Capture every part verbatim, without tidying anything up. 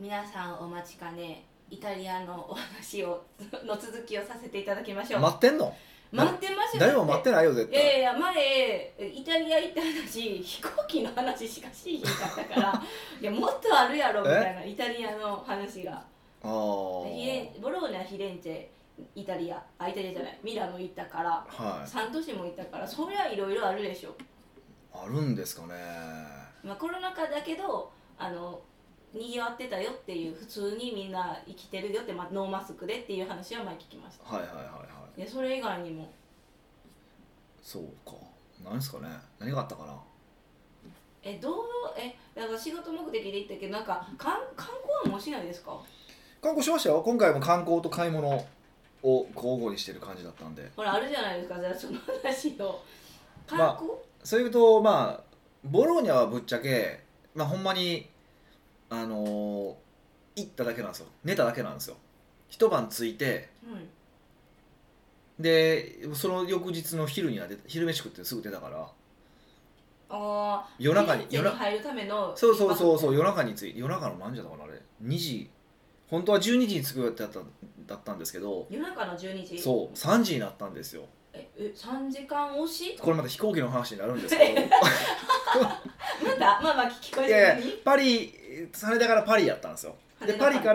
皆さんお待ちかねイタリアのお話をの続きをさせていただきましょう。 待ってんの？ 待ってますよ。 誰も待ってないよ絶対。 いやいや前イタリア行った話飛行機の話しかしひんかったからいやもっとあるやろみたいなイタリアの話が。 あーフィレンボローニャ、フィレンツェ、イタリアあイタリアじゃないミラノ行ったから、 はい、 さん都市も行ったからそりゃいろいろあるでしょ。 あるんですかね。 まあ、コロナ禍だけどあのにぎわってたよっていう普通にみんな生きてるよって、まあ、ノーマスクでっていう話は前聞きました。 はいはいはいはい。 でそれ以外にもそうか、何ですかね、何があったかな。 えどうえだから仕事目的で行ったけどなんか観観光はもうしないですか？ 観光しましたよ。今回も観光と買い物を交互にしてる感じだったんで。 ほらあるじゃないですか。じゃあその話を観光、 まあ、そういうとまあボローニャはぶっちゃけまあほんまにあのー、行っただけなんですよ。寝ただけなんですよ。一晩着いて、 うん、 でその翌日の昼には出昼飯食ってすぐ出たから。 あ夜中に夜中に入るためのそうそうそうそう夜中に着いて夜中の何時だったかなあれにじ本当はじゅうにじに着く予定だっただったんですけど夜中のじゅうにじそうさんじになったんですよ。 ええさんじかん押しこれまた飛行機の話になるんですけどまたまあまあ聞こえていやるパリ羽田からパリやったんですよ。でパリから、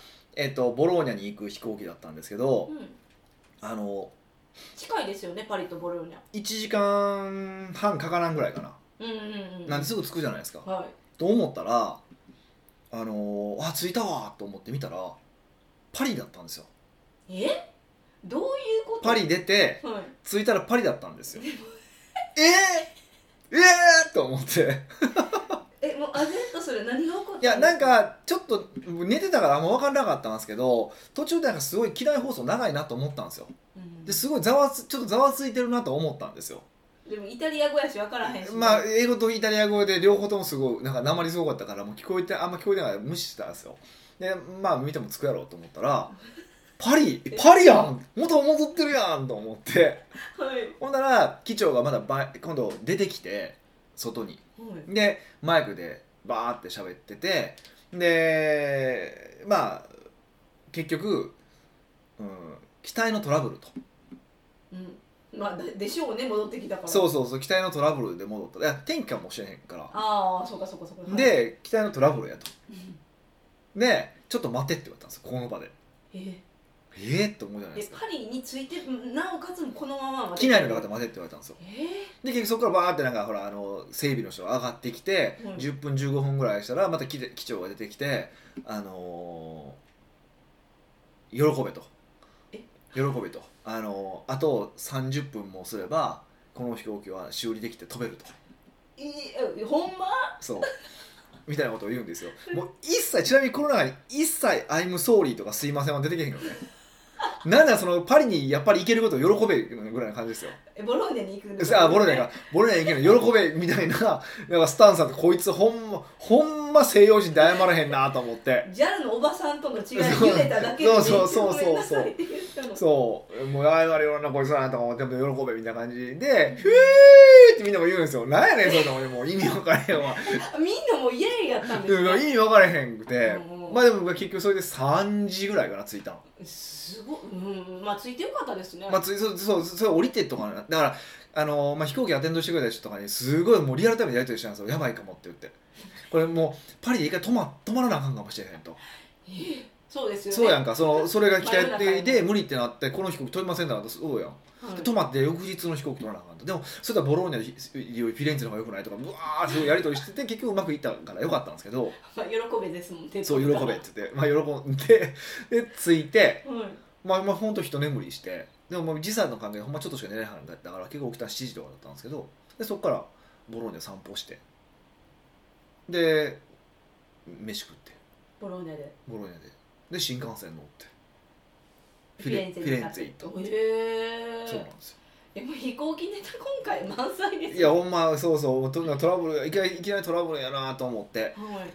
えっと、ボローニャに行く飛行機だったんですけど、 うん、 あの近いですよねパリとボローニャ。 いちじかんはんかからんぐらいかな、 うんうんうん、 なんですぐ着くじゃないですか、 はい、 と思ったらあのー、あ着いたわと思って見たらパリだったんですよ。 えどういうこと？ パリ出て、 はい、 着いたらパリだったんですよえー、えーと思ってえもうあぜっとそれ何が起こった？ いやなんかちょっと寝てたからあんま分からなかったんですけど途中でなんかすごい機内放送長いなと思ったんですよ、うん、ですごいざわつちょっとざわついてるなと思ったんですよ。 でもイタリア語やし分からへんし、 まあ英語とイタリア語で両方ともすごいなんか訛りすごかったからもう聞こえてあんま聞こえてないから無視したんですよ。でまあ見てもつくやろうと思ったらパリパリやん元戻ってるやんと思って、はい、ほんなら機長がまだ今度出てきて外に、はい、でマイクでバーって喋っててでまあ結局、うん、機体のトラブルと、 うんまあ、でしょうね戻ってきたから。 そうそうそう機体のトラブルで戻った。いや天気かもしれへんから。 ああそうかそうかそうか。 で機体のトラブルやとでちょっと待てって言われたんですよこの場で。えーえー、って思うじゃないですか。 パリについてなおかつもこのまま機内の中で待てって言われたんですよ。 えー、 で結局そこからバーってなんかほらあの整備の人が上がってきて、うん、じゅっぷんじゅうごふんぐらいしたらまた機長が出てきてあのー、喜べと喜べと、あのー、あとさんじゅっぷんもすればこの飛行機は修理できて飛べると。 えー、ほんまそうみたいなことを言うんですよ。もう一切ちなみにこの中に一切「アイムソーリー」とか「すいません」は出てけへんよねなんならそのパリにやっぱり行けることを喜べぐらいな感じですよ。 えボローニャに行くんですか？あボローニャがボローニャに行けるの喜べみたいななんかスタンスだってこいつほんまほんま西洋人で謝らへんなと思って。 ジャルのおばさんとの違い揺れただけでそうそうそうそうそうそうもう謝れよなこいつなとか思って喜べみたいな感じでふーってみんなも言うんですよ。なんやねんそれと思ってもう意味分からへんわみんなもうイエイやったんですか？ 意味分からへんくてまあでも結局それでさんじぐらいかな着いたの。 すごい、うん、まあついてよかったですね。 まあつそうそうそれ降りてとかだからあの、まあ、飛行機アテンドしてくれた人とかにすごいもうリアルタイムでやり取りしたんですよ。やばいかもって言ってこれもうパリで一回止ま止まらなあかんかもしれへんと。 えー、そうですよね。 そうやんかそのそれが期待でで無理ってなってこの飛行機飛びませんだからそうやん、はい、で止まって翌日の飛行機取らなあかんと。でもそれとはボローニャよりフィレンツェの方が良くないとかうわーってやり取りしてて結局うまくいったから良かったんですけどまあ喜べですもんね。 そう喜べって言って、まあ、喜んでで着いて、はい、まあまあほんと一眠りしてでももう時差の関係でほんまちょっとしか寝れないんだったから結構起きたらしちじとかだったんですけどでそこからボローニャ散歩してで飯食ってボローニャでボローニャでで新幹線乗ってフィレンツェに行った。へえ。そうなんですよ。でも飛行機ネタ今回満載ですよ。 いやほんまそうそうトラブルいきなりいきなりトラブルやなと思って、はい、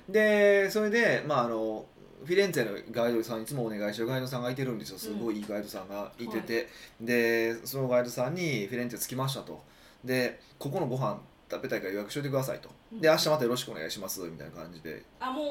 でそれでまああのフィレンツェのガイドさんいつもお願いしてるガイドさんがいてるんですよ。すごいいいガイドさんがいてて、うん、でそのガイドさんにフィレンツェ着きましたとでここのご飯食べたいから予約しといてくださいとで明日またよろしくお願いしますみたいな感じで。 あも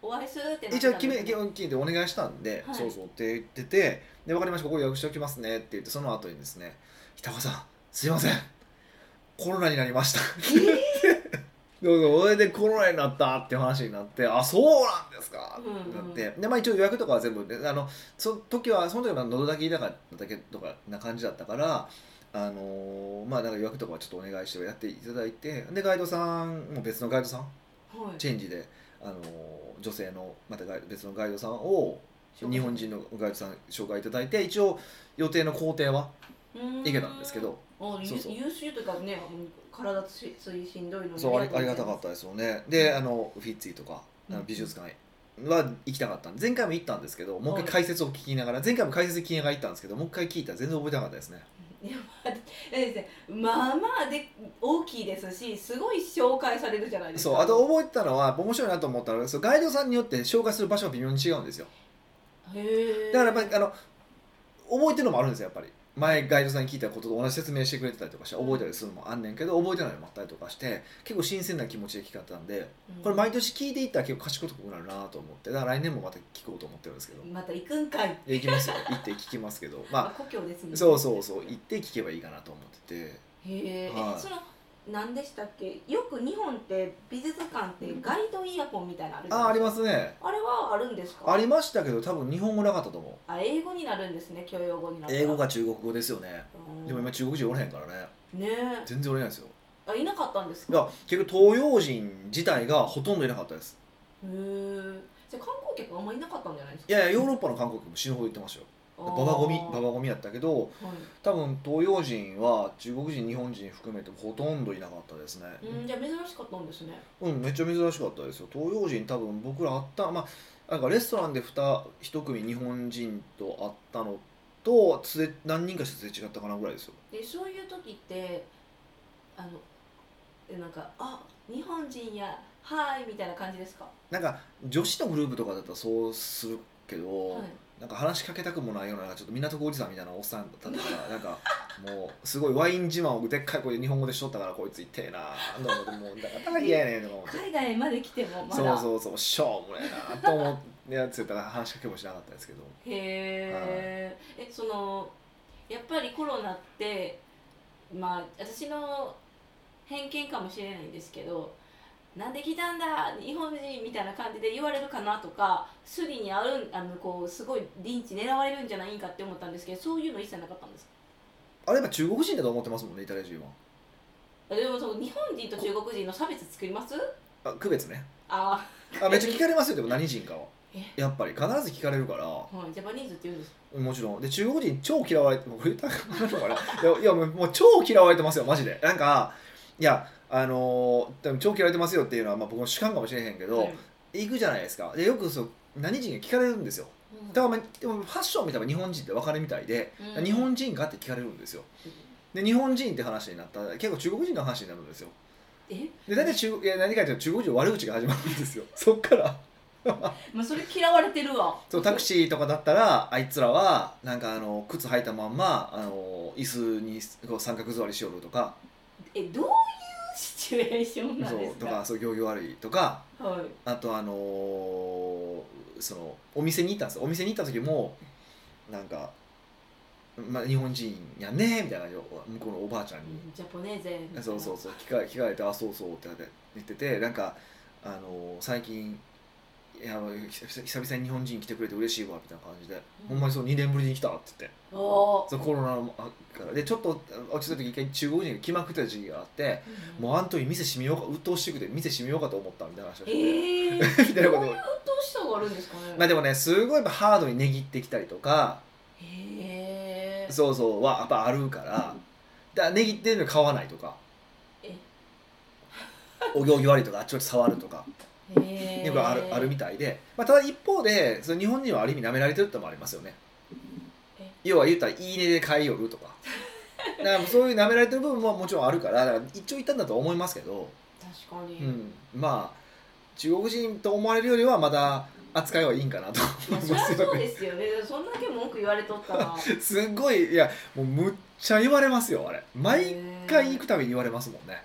お会いするってなって一応たんですね決め聞いてお願いしたんで、 はいそうそうって言ってて、で分かりましたここ予約しておきますねって言って、その後にですね、ひたこさんすいませんコロナになりましたどうぞそれでコロナになったっていう話になって、あそうなんですかってなって、 うんうんでまあ一応予約とかは全部で、あのその時はその時は喉だけだからだけとかな感じだったから、あのーまあなんか予約とかはちょっとお願いしてやっていただいて、でガイドさんも別のガイドさんはいチェンジで、あのー女性のまたガイ別のガイドさんを日本人のガイドさん紹介いただいて、一応予定の工程は行けたんですけど、 あそうそう優秀というかね、体ついついしんどいのにそうありありがたかったですよね。であのフィッツィとかあの美術館は行きたかったんで、前回も行ったんですけど、もう一回解説を聞きながら、前回も解説聞きながら行ったんですけど、もう一回聞いたら全然覚えてなかったですね。 いやまあですね、まあまあで大きいですし、すごい紹介されるじゃないですか。 そうあと覚えてたのは面白いなと思ったのが、そうガイドさんによって紹介する場所が微妙に違うんですよ。 へだからやっぱりあの覚えてるのもあるんですよ。やっぱり前ガイドさんに聞いたことと同じ説明してくれてたりとかして覚えたりするのもあんねんけど、覚えてないのもあったりとかして結構新鮮な気持ちで聞かれたんで、これ毎年聞いていったら結構賢くなるなと思って、だから来年もまた聞こうと思ってるんですけど、 また行くんかい。 行きますよ行って聞きますけど、まあ故郷ですね。 そうそうそう行って聞けばいいかなと思ってて。 へえ、 はいその何でしたっけ、よく日本って美術館ってガイドイヤホンみたいなのあるじゃあありないでか。 ますすね。 あれはあるんですか。 ありましたけど多分日本語なかったと思う。 あ、英語になるんですね、教養語になったら。 英語か中国語ですよね。 うんでも今中国人おれへんからね。 ねえ、 全然おれないですよ。 あ、いなかったんですか。 いや結局東洋人自体がほとんどいなかったです。 へえ、じゃあ観光客あんまいなかったんじゃないですか。 いやいやヨーロッパの韓国も死ぬほど言ってましたよ。ババゴミババゴミやったけど、 はい、 多分東洋人は中国人日本人含めてほとんどいなかったですね。 うん、じゃあ珍しかったんですね。 うんめっちゃ珍しかったですよ。東洋人多分僕らあったまあなんかレストランで一組日本人と会ったのとすれ何人かしてすれ違ったかなぐらいですよ。 でそういう時ってあのえなんかあ日本人やはいみたいな感じですか。 なんか女子のグループとかだったらそうするけど、 はい、 なんか話しかけたくもないような、なんかちょっと港区おじさんみたいなおっさんだったからなんかもうすごいワイン自慢をでっかい声で日本語でしとったから、こいつ痛えなと思って、もうだから嫌やねんとか思って、 海外まで来てもまそうだそうそうしょうもないなと思ってやつやったら話しかけもしなかったですけど。 へえ、えそのやっぱりコロナってまあ私の偏見かもしれないんですけど、なんで来たんだ日本人みたいな感じで言われるかなとか、スリにあるあのこうすごいリンチ狙われるんじゃないかって思ったんですけど、そういうの一切なかったんですか。 あれやっぱ中国人だと思ってますもんね、イタリア人は。 でもその日本人と中国人の差別作ります。 あ区別ね。 ああめっちゃ聞かれますよ。でも何人かはえやっぱり必ず聞かれるから。 あ、はい、ジャパニーズって言うんですか。 もちろんで中国人超嫌われて、もうこれ言ったらあかんのかないやいやもうもう超嫌われてますよマジで。なんかいやあのー、でも超嫌われてますよっていうのは、まあ、僕の主観かもしれへんけど、 はい、 行くじゃないですか。でよくそう何人か聞かれるんですよ。 うんだからでもファッション見たら日本人って分かるみたいで、 うん、 日本人かって聞かれるんですよ。で日本人って話になったら結構中国人の話になるんですよ。 えで大体中いや何かというと中国人の悪口が始まるんですよそっからまあそれ嫌われてるわ。 そうタクシーとかだったらあいつらはなんかあの靴履いたまんまあの椅子にこう三角座りしよるとか、 えどういうシチュエーションなんそうですか。 とかそう行儀悪いとか、 はい、 あとあのーそのお店に行ったんですよ。お店に行った時もなんか、まあ、日本人やねみたいな向こうのおばあちゃんに、 ジャポネーゼみたいな。 そうそうそう聞か聞かれて、あそうそうって言ってて、なんかあのー最近いや久々に日本人来てくれて嬉しいわみたいな感じで、 うん、 ほんまにそうにねんぶりに来たって言って、 おそうコロナのからでちょっと落ち着いた時一回中国人が来まくってた時期があって、 うん、 もうあん時店閉めようか鬱陶しくて店閉めようかと思ったみたいな話をして、 えー、 みたいなことをどういう鬱陶しさがあるんですかね。 まあでもねすごいやっぱハードに値切ってきたりとか、 へえ、 そうそうはやっぱあるからだから値切ってるのに買わないとか、 えお行儀悪いとかあっちこっち触るとかへよくあるあるみたいで、まあ、ただ一方でその日本人はある意味舐められてるってのもありますよね。要は言ったら「いいね」で買いよるとかだからそういう舐められてる部分ももちろんあるからだから一応言ったんだと思いますけど、 確かに、 うん、まあ中国人と思われるよりはまだ扱いはいいんかなといやそりゃそうですよね。そんだけ文句言われとったらすっごいいやもうむっちゃ言われますよあれ。毎回行くたびに言われますもんね。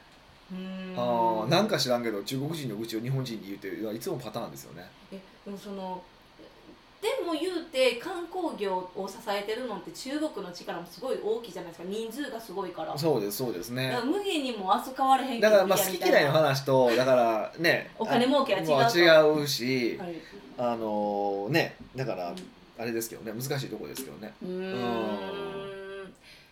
うーんあーなんか知らんけど中国人の愚痴を日本人に言うっていうのはいつもパターンですよね。 えでもそのでも言うて観光業を支えてるのって中国の力もすごい大きいじゃないですか、人数がすごいから。 そうですそうですね。 だから無限にも扱われへんけどだからまあ好いいやみたいなき嫌いの話とだからねお金儲けは違うとまあ違うし、 はい、 あのねだからうんあれですけどね難しいところですけどね。 うーん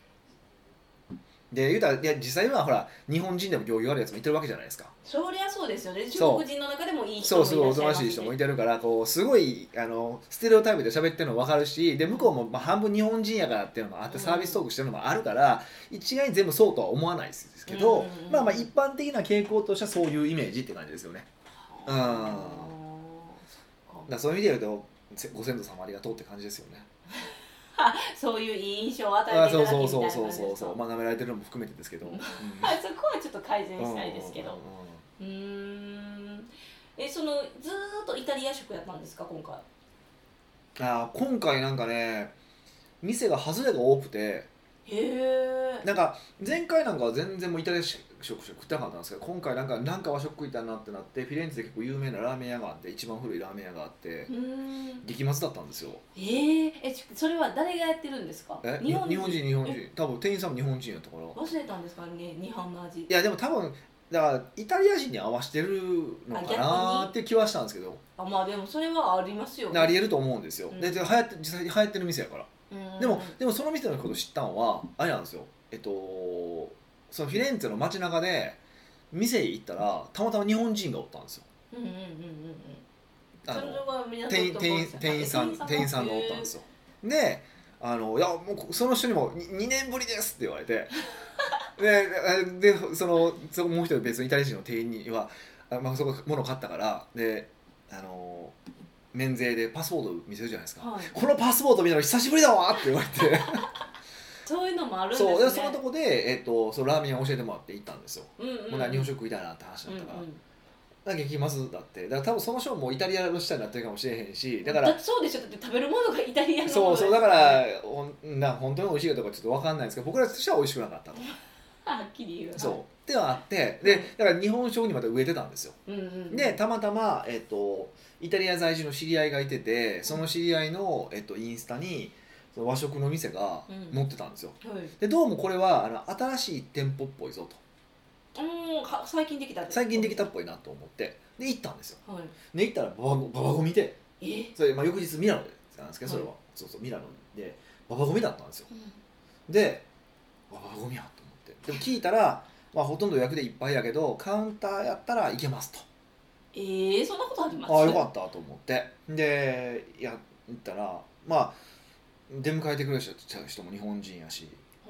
で言うたらいや実際はほら日本人でも行儀悪いやつもいてるわけじゃないですか。 そりゃそうですよね、中そう国人の中でもいい人そうすごいおとなもいらっしゃいますしい人もいてるからこうすごいあのステレオタイプで喋ってるの分かるし、で向こうもまあ半分日本人やからっていうのもあってうんサービストークしてるのもあるから一概に全部そうとは思わないですけど、 うんうんうんまあまあ一般的な傾向としてはそういうイメージって感じですよね。うんだかあーらそういう意味で言うとせご先祖様ありがとうって感じですよね。 そういういい印象を与えあていたそうそうだきみたいな感じですか。 そうそうそうそう、まあ舐められてるのも含めてですけど、うんはい、そこはちょっと改善したいですけど。 うんうーん。え、そのずーっとイタリア食やったんですか今回。 あ今回なんかね店が外れが多くて、 へえ。 なんか前回なんかは全然もうイタリア食しか食ってなかったんですけど、今回なんかなんか和食食いたいなってなってフィレンツェで結構有名なラーメン屋があって一番古いラーメン屋があってうーん。 激松だったんですよ。 えー、え、ちそれは誰がやってるんですか。 え日本人日本人多分店員さんも日本人やったから。 忘れたんですかね、日本の味。 いやでも多分だからイタリア人に合わせてるのかなっていう気はしたんですけど、 あ、まあでもそれはありますよね。 ありえると思うんですよ。 うんでで流行って実際に流行ってる店やから。 うんでもでもその店のこと知ったのはあれなんですよ。えっとそのフィレンツェの街中で店行ったらたまたま日本人がおったんですよ。 うんうんうんうんうん。 あのそれは皆店員店員店員さん店員さんがおったんですよ。であのいやもうその人にもににねんぶりですって言われてででそのそのもう一人別のイタリア人の店員にはあ、まあ、そこ物を買ったからであの免税でパスポート見せるじゃないですか、 はい、 このパスポート見たの久しぶりだわって言われてそういうのもあるんですね。 そうでそのとこで、えっと、そのラーメンを教えてもらって行ったんですよ。 うんうんうん、 ほんなら日本食食いたいなって話になったから、 うんうんだから激まずだってだから多分その人もイタリアの舌になってるかもしれへんしだかだらってそうでしょ、だって食べるものがイタリアのものそうそうだからほんな本当に美味しいかどうかちょっと分かんないですけど僕らとしては美味しくなかったとはっきり言う。 そうってはあってでだから日本食にまた植えてたんですよ。 うんうんうん、 でたまたま、えっと、イタリア在住の知り合いがいててその知り合いの、えっと、インスタにその和食の店が載ってたんですよ。 はい、 でどうもこれはあの新しい店舗っぽいぞとうんは最近できた最近できたっぽいなと思ってで行ったんですよ。 はい、 で行ったらババババゴミでえ、 それ、まあ、翌日ミラノでなんですけどそれは、 はい、 そうそうミラノでババゴミだったんですよ。 うん、 でババゴミやと思ってでも聞いたら、まあ、ほとんど予約でいっぱいやけどカウンターやったらいけますと。 えー、そんなことあります？ ああよかったと思ってでやったらまあ出迎えてくれる人も日本人やし、 うん、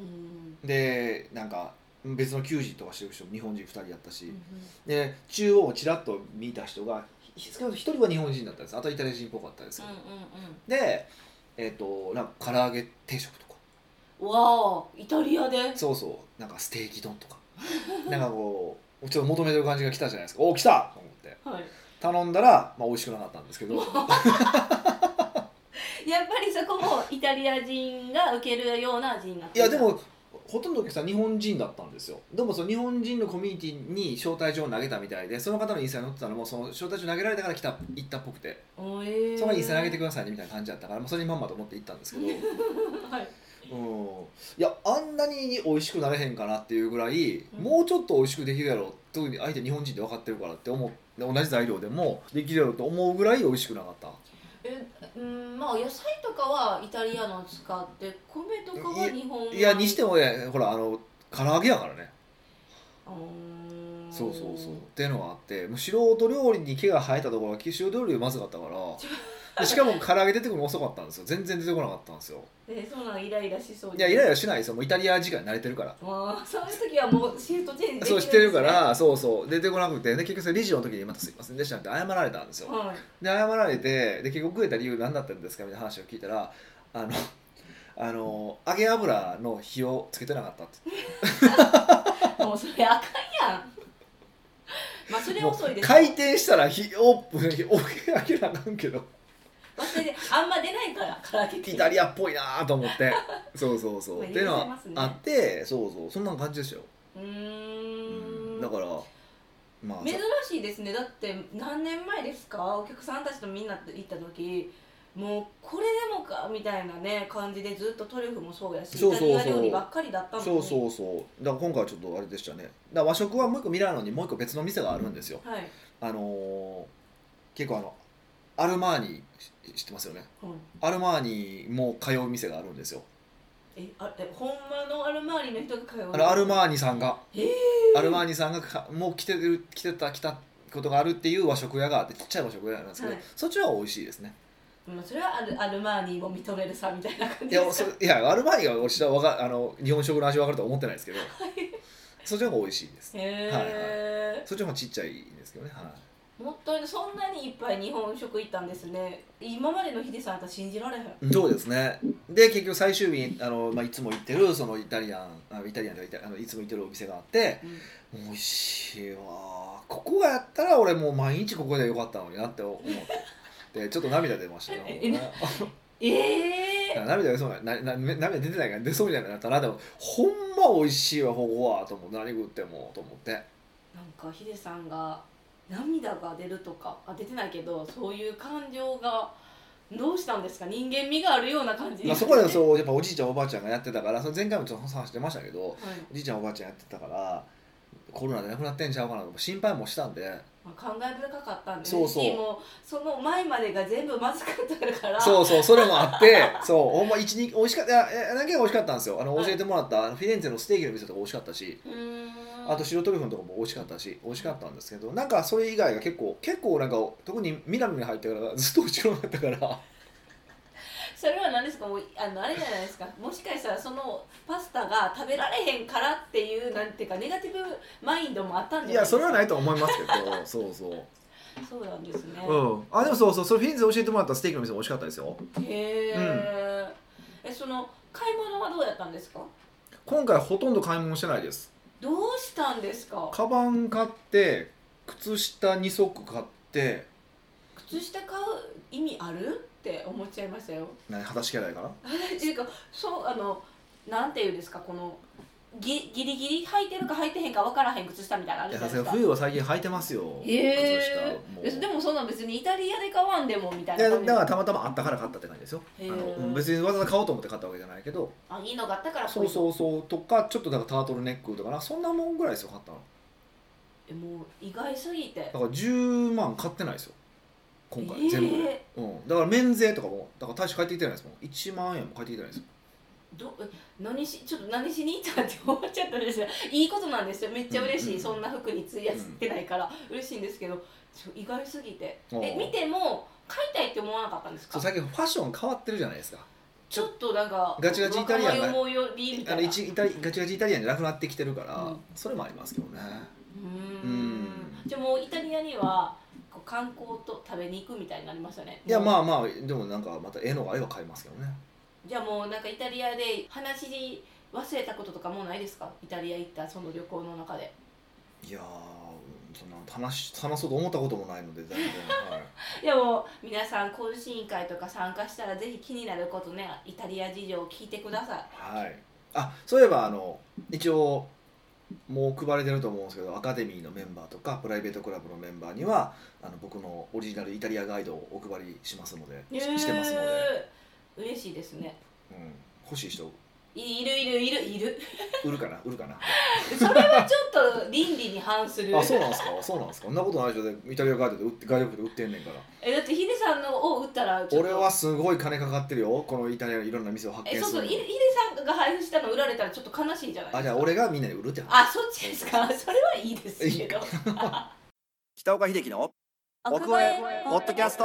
でなんか別の給仕とかしてる人も日本人ふたりやったし、 うん、 で中央をちらっと見た人がひひとりは日本人だったんです。あとイタリア人っぽかったですけど、 うんうんうん、 でえっ、となんか唐揚げ定食とかわあイタリアでそうそうなんかステーキ丼とかなんかこうちょっと求めてる感じが来たじゃないですか。おお来たと思ってはい、 頼んだら、まあ、美味しくなかったんですけどやっぱりそこもイタリア人が受けるような味になっていやでもほとんどお客さん日本人だったんですよ。でもその日本人のコミュニティに招待状を投げたみたいでその方のインスタに載ってたのもその招待状投げられたから来た行ったっぽくて、 えー、 そのインスタに上げてくださいねみたいな感じだったから、まあ、それにまんまと思って行ったんですけど、 はいうん、いやあんなに美味しくなれへんかなっていうぐらい、 うん、 もうちょっと美味しくできるやろ特に相手日本人で分かってるからって思って同じ材料でもできるやろと思うぐらい美味しくなかった。 えうんまあ野菜とかはイタリアの使って米とかは日本のいやにしてもねほらあの唐揚げやからね。 うんそうそうそうっていうのがあってもう素人料理に毛が生えたところが素人料理がまずかったからでしかも唐揚げ出てくるの遅かったんですよ。全然出てこなかったんですよ。 えー、そんなんイライラしそういやイライラしないですよ。もうイタリア時間に慣れてるから。 あそういう時はもうシフトチェンジできるんです、ね、 そうしてるからそうそう出てこなくてで結局レジの時にまたすいませんでしたって謝られたんですよ、 はい、 で謝られてで結局食えた理由何だったんですかみたいな話を聞いたらあのあの揚げ油の火をつけてなかったってもうそれあかんやんまあそれは遅いです回転したら火オープン揚げなあかんけど忘れてあんま出ないから唐揚げってイタリアっぽいなと思ってそうそうそう、 まあっていうのは許せますねあってそうそうそんな感じですよ。 うーんんだからまあ珍しいですね。だって何年前ですか、お客さんたちとみんなで行った時、もうこれでもかみたいなね感じでずっとトリュフもそうやし、 そうそうそうイタリア料理ばっかりだったのに。 そうそうそうだから今回はちょっとあれでしたね。だから和食はもう一個ミラノにもう一個別の店があるんですよ。 はい、 あのー、結構あのアルマーニ知ってますよね、 うん、 アルマーニも通う店があるんですよ。 えあえほんまのアルマーニの人が通うあのアルマーニさんがへーアルマーニさんがかもう来てる来てた来たことがあるっていう和食屋があって、ちっちゃい和食屋なんですけど、 はい、 そっちは美味しいですね。 まあ、それはアルアルマーニも認めるさみたいな感いじですか。 やそいやアルマーニが私はわかあの日本食の味分かるとは思ってないですけどそっちの方が美味しいです。 へえ、 はいはい、そっちの方がちっちゃいんですけどね、はい、 本当にそんなにいっぱい日本食行ったんですね。今までのヒデさんだったら信じられへん。 そうですね。で結局最終日にあの、まあ、いつも行ってるそのイタリアンあイタリアンであのいつも行ってるお店があって、うん、美味しいわここがやったら俺もう毎日ここでよかったのになって思ってでちょっと涙出ましたよええー、 涙出そうななな涙出てないから出そうみたいになったな。でもほんま美味しいわここはと思って、何食ってもと思って、なんかヒデさんが涙が出るとかあ出てないけどそういう感情がどうしたんですか。人間味があるような感じ、 まあ、そこでそうやっぱおじいちゃんおばあちゃんがやってたから、その前回もちょっと話してましたけど、はい、おじいちゃんおばあちゃんやってたからコロナで亡くなってんちゃうかなと心配もしたんで、 まあ、考え深かったんで、 そうそうもうその前までが全部まずかったから、 そうそうそれもあってそうほんま一日美味しかった、いや何件か美味しかったんですよ。あの教えてもらった、はい、あのフィレンツェのステーキの店とか美味しかったし、うーんあと白トリュフのとこも美味しかったし美味しかったんですけど、なんかそれ以外が結構結構なんか特にミラノに入ってからずっと後ろだったからそれは何ですか。もうあのあれじゃないですか、もしかしたらそのパスタが食べられへんからっていうなんていうかネガティブマインドもあったんじゃないですか。 いやそれはないと思いますけどそうそうそうなんですね、 うん、あでもそうそうそれフィンズで教えてもらったステーキの店も美味しかったですよ。 へえ、うん、えその買い物はどうやったんですか。 今回ほとんど買い物してないです。 どうしたんですか。カバン買って靴下に足買って。 靴下買う意味あるって思っちゃいましたよ。 何裸足嫌いかなっていうかそうあのなんていうんですか、このギ, ギリギリ履いてるか履いてへんか分からへん靴下みたいなのあるじゃないですか。 冬は最近履いてますよ。 へ靴下でもそんな別にイタリアで買わんでもみたいな。 いやだからたまたまあったから買ったって感じですよ。あの別にわざわざ買おうと思って買ったわけじゃないけど、 あいいのがあったからそうそうそうとかちょっとだからタートルネックとかな、そんなもんぐらいですよ買ったの。 えもう意外すぎてだからじゅうまん買ってないですよ今回、えー、全部で、うん、だから免税とかもだから大して帰ってきてないですもん。いちまんえんも返ってきてないですよ。 ど何しちょっと何しに行ったって思っちゃったんですよ。いいことなんですよ、めっちゃ嬉しい、うんうん、そんな服に費やしてないから嬉しいんですけど、意外すぎてえ見ても買いたいって思わなかったんですか。 そう最近ファッション変わってるじゃないですか。 ちょっとなんかガチガチイタリアンが思うよりみたいな、あのイタリガチガチイタリアンじゃなくなってきてるから、うん、それもありますけどね。 うんうんじゃあもうイタリアには観光と食べに行くみたいになりましたね。 いやまあまあでもなんかまた絵のがあれば買いますけどね。 じゃあもうなんかイタリアで話し忘れたこととかもうないですか。イタリア行ったその旅行の中で。 いやーそんな話話そうと思ったこともないので全然、はい、 でも皆さん懇親会とか参加したらぜひ気になることね、イタリア事情を聞いてください。 はい。あそういえばあの一応もう配られてると思うんですけど、アカデミーのメンバーとかプライベートクラブのメンバーにはあの僕のオリジナルイタリアガイドをお配りしますので、えー、してますので嬉しいですね、 うん、欲しい人いるいるいるいる売るかな売るかなそれはちょっと倫理に反する。 あそうなんですかそうなんですか。そんなことないでしょ。イタリアガイドで売ってガイドブックで売ってんねんから。 えだってヒデさんのを売ったら俺はすごい金かかってるよ、このイタリアのいろんな店を発見するの。えそうそうヒデさんが配布したの売られたらちょっっと悲しいじゃないですか。 あじゃあ俺がみんなに売るって話。 あそっちですか。それはいいですけど北岡秀樹の奥越えポッドキャスト。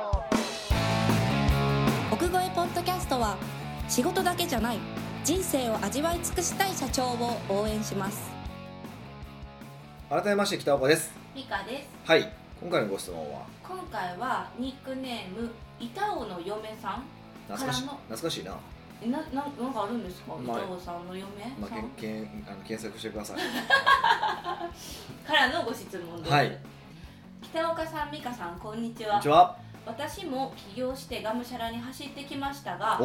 奥越えポッドキャストは仕事だけじゃない人生を味わい尽くしたい社長を応援します。 改めまして北岡です。 ミカです。 はい、今回のご質問は今回はニックネーム板尾の嫁さんからの懐かしいななななんかあるんですか、まあ、板尾さんの嫁、 まあ、けんけんあの検索してくださいからのご質問です、 はい、 北岡さん、美香さん、こんにちは。 こんにちは。 私も起業してがむしゃらに走ってきましたが、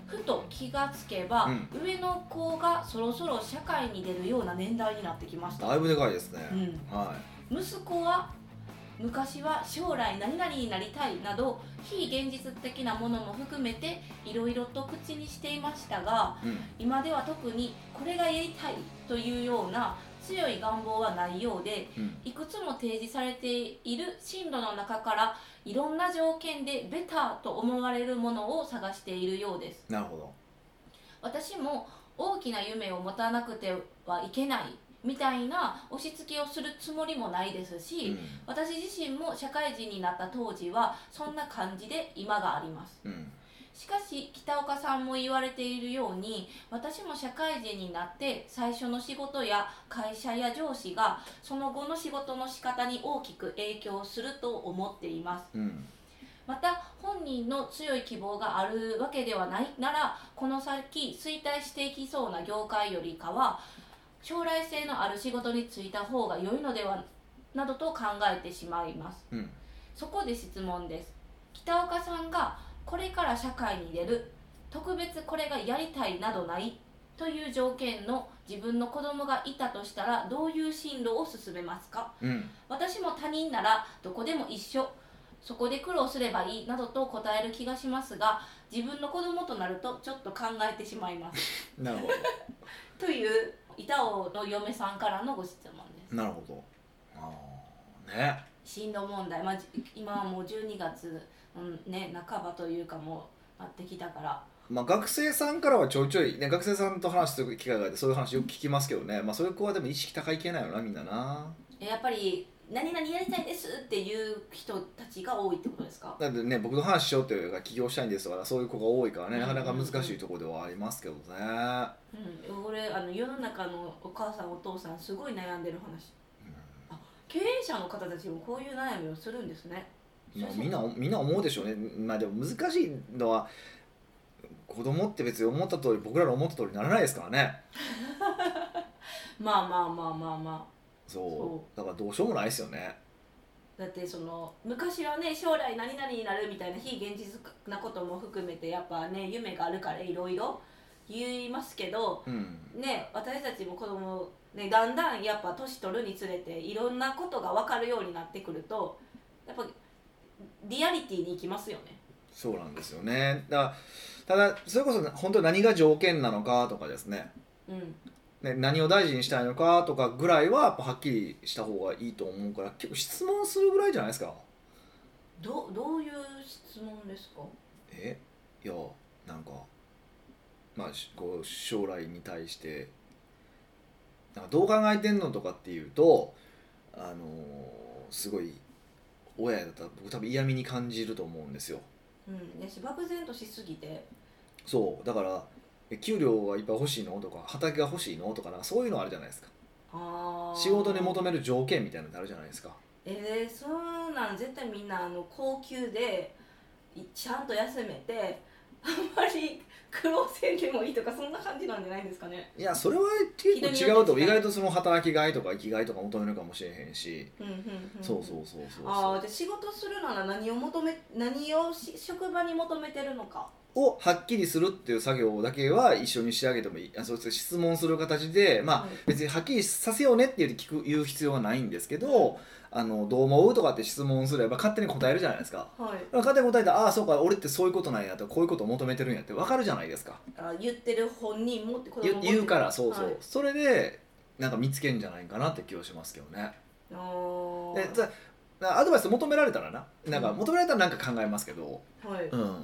ふと気がつけば、 うん上の子がそろそろ社会に出るような年代になってきました。 だいぶでかいですね、 うんは息子は昔は将来何々になりたいなど非現実的なものも含めていろいろと口にしていましたが、 い、うん今では特にこれがやりたいというような強い願望はないようで、 うんいくつも提示されている進路の中からいろんな条件でベターと思われるものを探しているようです。 なるほど。 私も大きな夢を持たなくてはいけないみたいな押し付けをするつもりもないですし、 うん私自身も社会人になった当時はそんな感じで今があります。 うんしかし北岡さんも言われているように、私も社会人になって最初の仕事や会社や上司がその後の仕事の仕方に大きく影響すると思っています。 うんまた本人の強い希望があるわけではないなら、この先衰退していきそうな業界よりかは将来性のある仕事に就いた方が良いのではなどと考えてしまいます。 うんそこで質問です。北岡さんがこれから社会に出る、特別これがやりたいなどないという条件の自分の子供がいたとしたら、どういう進路を進めますか？ うん私も他人ならどこでも一緒、そこで苦労すればいいなどと答える気がしますが、自分の子供となるとちょっと考えてしまいますなるほどという板尾の嫁さんからのご質問です。 なるほど。ああね。 進路問題、まあ、じ今はもうじゅうにがつ、うんね、半ばというかもうなってきたから、 まあ、学生さんからはちょいちょい、ね、学生さんと話す機会があってそういう話よく聞きますけどね、まあ、そういう子はでも意識高い系ないよなみんなな。 やっぱり何々やりたいですっていう人たちが多いってことですか？ だってね僕の話しようっていうか起業したいんですとかそういう子が多いからね、 うんうんうんなかなか難しいところではありますけどね。 うん、俺あの世の中のお母さんお父さんすごい悩んでる話、あ経営者の方たちもこういう悩みをするんですね。 まあ、みんなみんな思うでしょうね。まあでも難しいのは子供って別に思った通り僕らの思った通りにならないですからね。 まあまあまあまあまそうそだからどうしようもないですよね。 あ、だってその昔はね将来何々になるみたいな非現実なことも含めてやっぱね夢があるからいろいろ言いますけど、 うんね、私たちも子供ねだんだんやっぱ年取るにつれていろんなことが分かるようになってくるとやっぱリアリティに行きますよね。 そうなんですよね。だからただそれこそ本当に何が条件なのかとかですね、 うんね何を大事にしたいのかとかぐらいはやっぱはっきりした方がいいと思うから結構質問するぐらいじゃないですか。 どどういう質問ですか？ えいやなんかまあしこう将来に対してなんかどう考えてんのとかっていうとあのーすごい親だったら僕多分嫌味に感じると思うんですよ。 うん、やし漠然としすぎて、 そうだからえ給料がいっぱい欲しいのとか畑が欲しいのとかなんかそういうのあるじゃないですか。 あ仕事に求める条件みたいなのってあるじゃないですか。 えー、そうなん絶対みんなあの高級でいちゃんと休めてあんまり苦労せんでもいいとかそんな感じなんじゃないんですかね。 いやそれは結構違うと思う。意外とその働きがいとか生きがいとか求めるかもしれへんし、 うんうんうん、 そうそうそうそうああ、じゃあ仕事するなら何を求め何をし職場に求めてるのかをはっきりするっていう作業だけは一緒にしてあげてもいい。あそうです質問する形で、まあはい別にはっきりさせようねって言う聞く言う必要はないんですけど、あのどう思うとかって質問すれば勝手に答えるじゃないですか。 はい勝手に答えてああそうか俺ってそういうことなんやとこういうことを求めてるんやって分かるじゃないですか。 あ言ってる本人もって子供言もってる言うからそうそう、 はい、 それでなんか見つけんじゃないかなって気はしますけどね。 あーでじゃあアドバイス求められたらななんか求められたらなんか考えますけど、 はい、 うん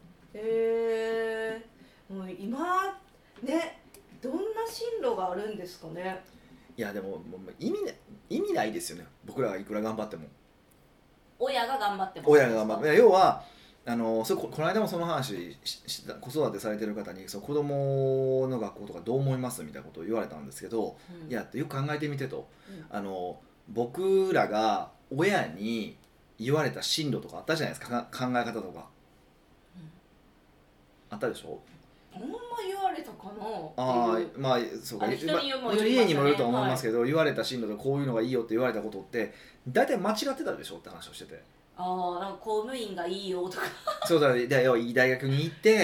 えー、もう今ねどんな進路があるんですかね。 いやでももう意味ない意味ないですよね僕らがいくら頑張っても。 親が頑張ってます親が頑張っていや要はあのそれ こ, この間もその話 し, し子育てされてる方にその子供の学校とかどう思いますみたいなことを言われたんですけど、 うん、 いやよく考えてみてと、 うんあの僕らが親に言われた進路とかあったじゃないですか考え方とか、うん、あったでしょ。 あんま言われたかなあっていうまあそうかあ人によまあもよりますよね家にもよると思いますけど、はい、言われた進路でこういうのがいいよって言われたことって大体間違ってたでしょって話をしてて。 ああなんか公務員がいいよとかそうだで要はいい大学に行って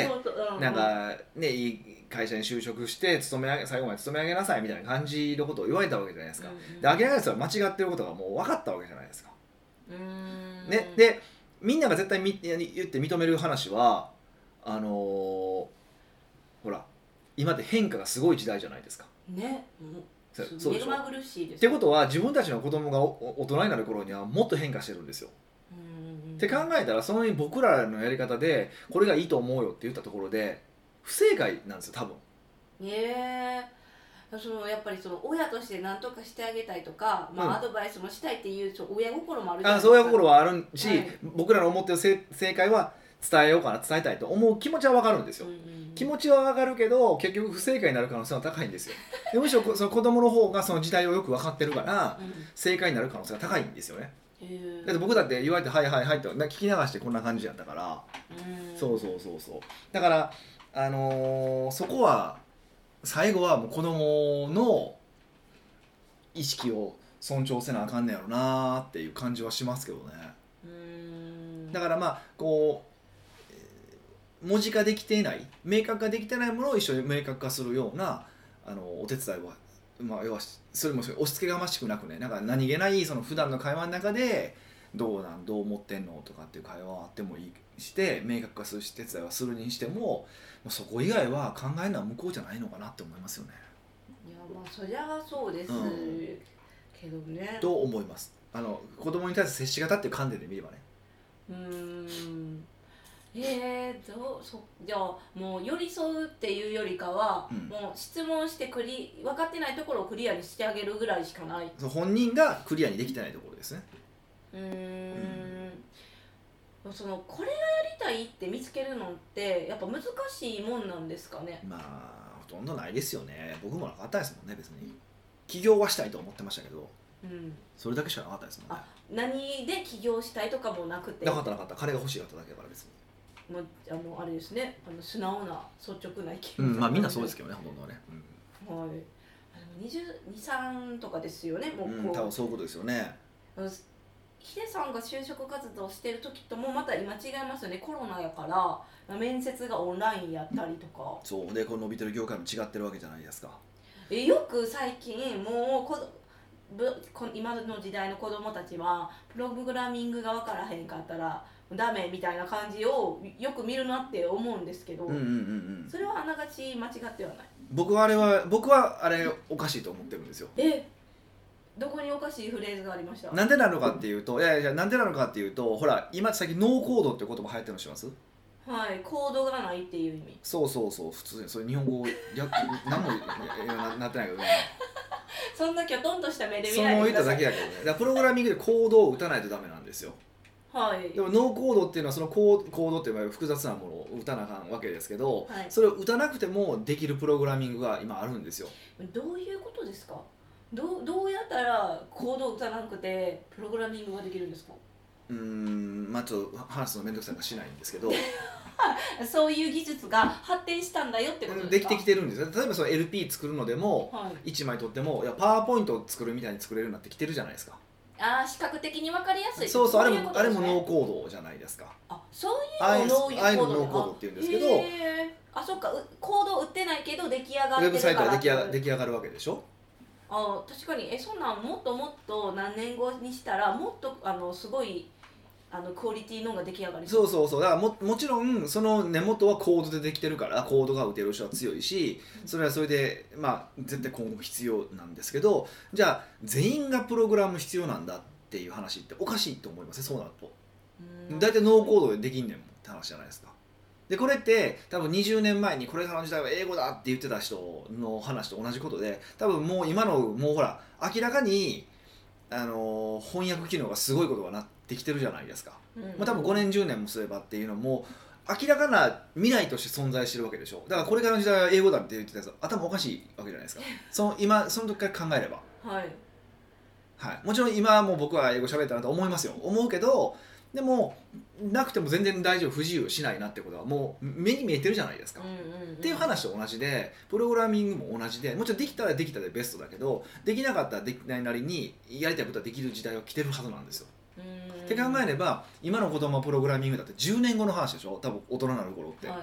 うん、 なんかねいい会社に就職して勤め上げ最後まで勤め上げなさいみたいな感じのことを言われたわけじゃないですか、 うんうん、 で明らかにそれは間違ってることがもう分かったわけじゃないですか、 うーんね、でみんなが絶対み言って認める話はあのー、ほら今って変化がすごい時代じゃないですかね、 そうそうでしょ。 目まぐるしいですってことは自分たちの子供がお大人になる頃にはもっと変化してるんですよ、 うんうん、 って考えたらその僕らのやり方でこれがいいと思うよって言ったところで不正解なんですよ多分。 えー、そのやっぱりその親として何とかしてあげたいとか、まあうんアドバイスもしたいっていうそう親心もあるじゃないですか。 あそういう心はあるし、 はい、 僕らの思ってる正正解は伝えようかな伝えたいと思う気持ちは分かるんですよ、 うんうん、 気持ちは分かるけど結局不正解になる可能性は高いんですよ。でむしろその子供の方がその時代をよく分かってるからうん、 正解になる可能性が高いんですよね。 へーだって僕だって言われて「はいはいはい」って聞き流してこんな感じやったから、 うん、 そうそうそうそうだからあのー、そこは最後はもう子供の意識を尊重せなあかんねやろなっていう感じはしますけどね。 うーん、 だからまあこうえー文字化できていない明確化できてないものを一緒に明確化するようなあのお手伝いは、まあ、要はそれも押し付けがましくなくねなんか何気ないその普段の会話の中でどうなんどう思ってんのとかっていう会話はあってもいいして明確化する手伝いはするにしてももうそこ以外は考えるのは向こうじゃないのかなって思いますよね。 いやまあそりゃそうです、 うんけどね。 と思います。あの子供に対して接し方っていう観点で見ればね。 うーんえー、どうそじゃあもう寄り添うっていうよりかは、 うんもう質問してクリ分かってないところをクリアにしてあげるぐらいしかない。 そう本人がクリアにできてないところですね。 うーんそのこれがやりたいって見つけるのってやっぱ難しいもんなんですかね。 まあほとんどないですよね。僕もなかったですもんね別に。起業はしたいと思ってましたけど、 うん、 それだけしかなかったですもんね。 あ何で起業したいとかもなくてなかったなかった金が欲しいかっただけだから別に。 もうあのあれですねあの素直な率直な意見、 うんまあみんなそうですけどねほとんどはね。 はい、あでもにじゅうに、さんとかですよねもうこう、 うん、多分そういうことですよね。 ヒデさんが就職活動してる時ともまた今違いますよね。コロナやから面接がオンラインやったりとか、 そうでこの伸びてる業界も違ってるわけじゃないですか。 えよく最近もうこぶこ今の時代の子供たちはプログラミングが分からへんかったらダメみたいな感じをよく見るなって思うんですけど、 うんうんうんうんそれはあながち間違ってはない。 僕はあれは僕はあれおかしいと思ってるんですよ。 えどこにおかしいフレーズがありました？ なんでなのかっていうといやいやなんでなのかっていうとほら今最近ノーコードって言葉流行ってるの知ってます？ はいコードがないっていう意味。 そうそうそう普通にそれ日本語略何もななってないけどねそんなきょとんとした目で見そのないでください。 言っただけやけどねだからプログラミングでコードを打たないとダメなんですよ。 はいでもノーコードっていうのはそのコーコードっていう複雑なものを打たなあかんわけですけど、 はいそれを打たなくてもできるプログラミングが今あるんですよ。 どういうことですか？どう、どうやったらコードを打たなくてプログラミングができるんですか？ うーんまあちょっと話すのめんどくさいからしないんですけどそういう技術が発展したんだよってことですか？ できてきてるんですよ。例えばその エルピー 作るのでも、 はい、 いちまい取ってもいやパワーポイントを作るみたいに作れるようになってきてるじゃないですか。 ああ視覚的に分かりやすい。 そうそうあれもあれいことですね。 もノーコードじゃないですか。 あそうああいいううのをノーああいうのコードノーコードって言うんですけどへーあそっかうコード打ってないけど出来上がってるからウェブサイトは出来上がって出来上がるわけでしょ。 あ確かにえそんなんもっともっと何年後にしたらもっとあのすごいあのクオリティのが出来上がりそうそうそうだから も, もちろんその根元はコードでできてるからコードが打てる人は強いしそれはそれでまあ絶対今後も必要なんですけどじゃあ全員がプログラム必要なんだっていう話っておかしいと思いますね。そうなるとうん大体ノーコードでできんねんもんって話じゃないですか。でこれって多分にじゅうねんまえにこれからの時代は英語だって言ってた人の話と同じことで多分もう今のもうほら明らかにあの翻訳機能がすごいことがなってきてるじゃないですか。 うんまあ、多分ごねんじゅうねんもすればっていうのも明らかな未来として存在してるわけでしょ。だからこれからの時代は英語だって言ってたやつ頭おかしいわけじゃないですか。その今その時から考えれば、 はいはい、もちろん今はもう僕は英語喋ったなと思いますよ思うけどでもなくても全然大丈夫不自由しないなってことはもう目に見えてるじゃないですか、 うんうんうん、 っていう話と同じでプログラミングも同じでもちろんできたらできたでベストだけどできなかったらできないなりにやりたいことはできる時代は来てるはずなんですよ。 うんって考えれば今の子供はプログラミングだってじゅうねんごの話でしょ多分大人になる頃って、 はい、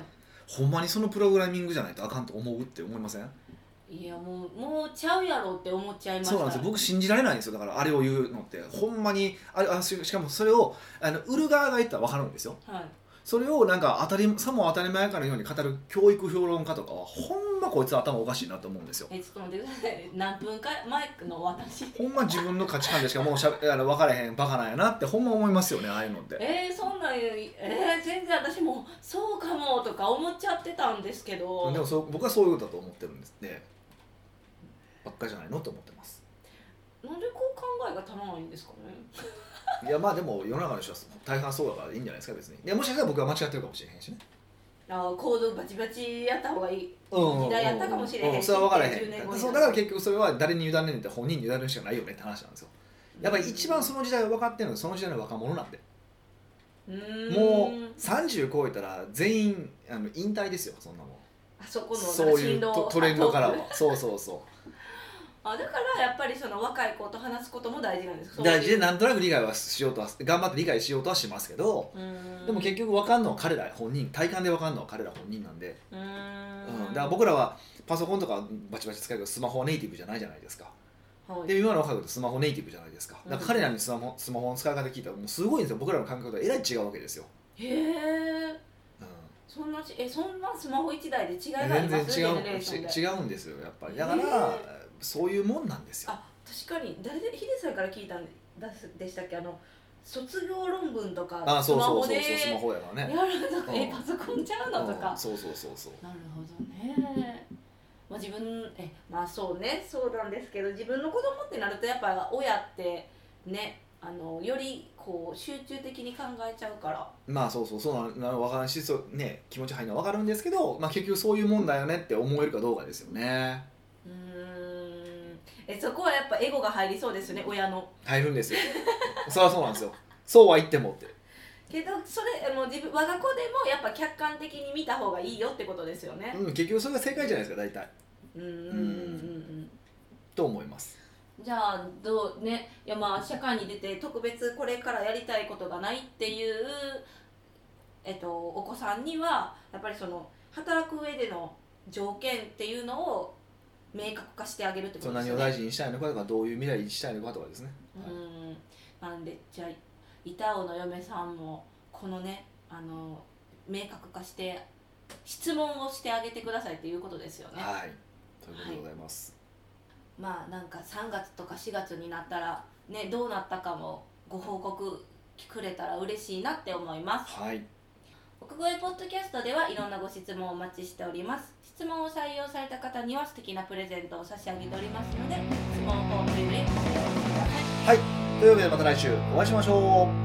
ほんまにそのプログラミングじゃないとあかんと思うって思いません？ いやもうもうちゃうやろって思っちゃいますから。 そうなんですよ。僕信じられないんですよ。だからあれを言うのってほんまにあれあししかもそれをあの売る側が言ったら分かるんですよ。 はい、 それをなんか当たりさも当たり前かのように語る教育評論家とかはほんまこいつ頭おかしいなと思うんですよ。 えちょっと待ってください。何分か前の私ほんま自分の価値観でしかもうしゃあの分からへんバカなんやなってほんま思いますよね、ああいうのって。 えー、そんなんえー、全然私もそうかもとか思っちゃってたんですけど。 でもそう僕はそういうことだと思ってるんですね。ばっかりじゃないのと思ってます。 なんでこう考えが足らないんですかね。 いやまあでも世の中の人は大半そうだからいいんじゃないですか別に。いやもしかしたら僕は間違ってるかもしれへんしね。 ああコードバチバチやった方がいい時代やったかもしれへんし、 それは分からへん。 じゅうねんごにそうだから結局それは誰に委ねるって本人に委ねるしかないよねって話なんですよ。やっぱり一番その時代を分かってるのはその時代の若者なんで。 うーんもうさんじゅう超えたら全員あの引退ですよそんなもん。 あそこのそういうトトレンドからはそうそうそうあだからやっぱりその若い子と話すことも大事なんですか。 大事でなんとなく理解はしようとは頑張って理解しようとはしますけど、 うーんでも結局分かんのは彼ら本人、体感で分かんのは彼ら本人なんで、 うーん、 うん、だから僕らはパソコンとかバチバチ使うけどスマホはネイティブじゃないじゃないですか。 はい、 で今の若い子ってスマホネイティブじゃないですか。だから彼らにスマホ、スマホの使い方聞いたらもうすごいんですよ。僕らの感覚とはえらい違うわけですよ。 へえ、 うん、 そんなちえそんなスマホ一台で違いがあります全然違うジェネレーションで。 違うんですよやっぱり。だからそういうもんなんですよ。 あ確かに誰でヒデさんから聞いたんでしたっけ、あの卒業論文とかあそうスマホでそうそうそうスマホやからね。 やるとか、 うんえパソコンちゃうのとか、 うん、そうそうそうそう。 なるほどね。まあ自分えまあそうねそうなんですけど、自分の子供ってなるとやっぱ親ってねあのよりこう集中的に考えちゃうから。 まあそうそうそうなの分からんしそう、ね、気持ち入るのは分かるんですけど、まあ、結局そういうもんだよねって思えるかどうかですよね。 うーんえそこはやっぱエゴが入りそうですね親の。 入るんですよそりゃそうなんですよ。そうは言ってもってけどそれもう自分我が子でもやっぱ客観的に見た方がいいよってことですよね。 うん、結局それが正解じゃないですか大体。 うんうんうんうんうんと思います。 じゃあどうね、いやまあ社会に出て特別これからやりたいことがないっていう、えっと、お子さんにはやっぱりその働く上での条件っていうのを明確化してあげるってことですよね。 何を大事にしたいのかとかどういう未来にしたいのかとかですね。 うんなんでじゃあ板尾の嫁さんもこのねあの明確化して質問をしてあげてくださいっていうことですよね。 はいということでございます、 はい、まあなんかさんがつとかしがつになったらねどうなったかもご報告くれたら嬉しいなって思います。 はい、 奥越ポッドキャストではいろんなご質問をお待ちしております。質問を採用された方には素敵なプレゼントを差し上げておりますので質問フォームよりお問い合わせください。 はい、というわけでまた来週お会いしましょう。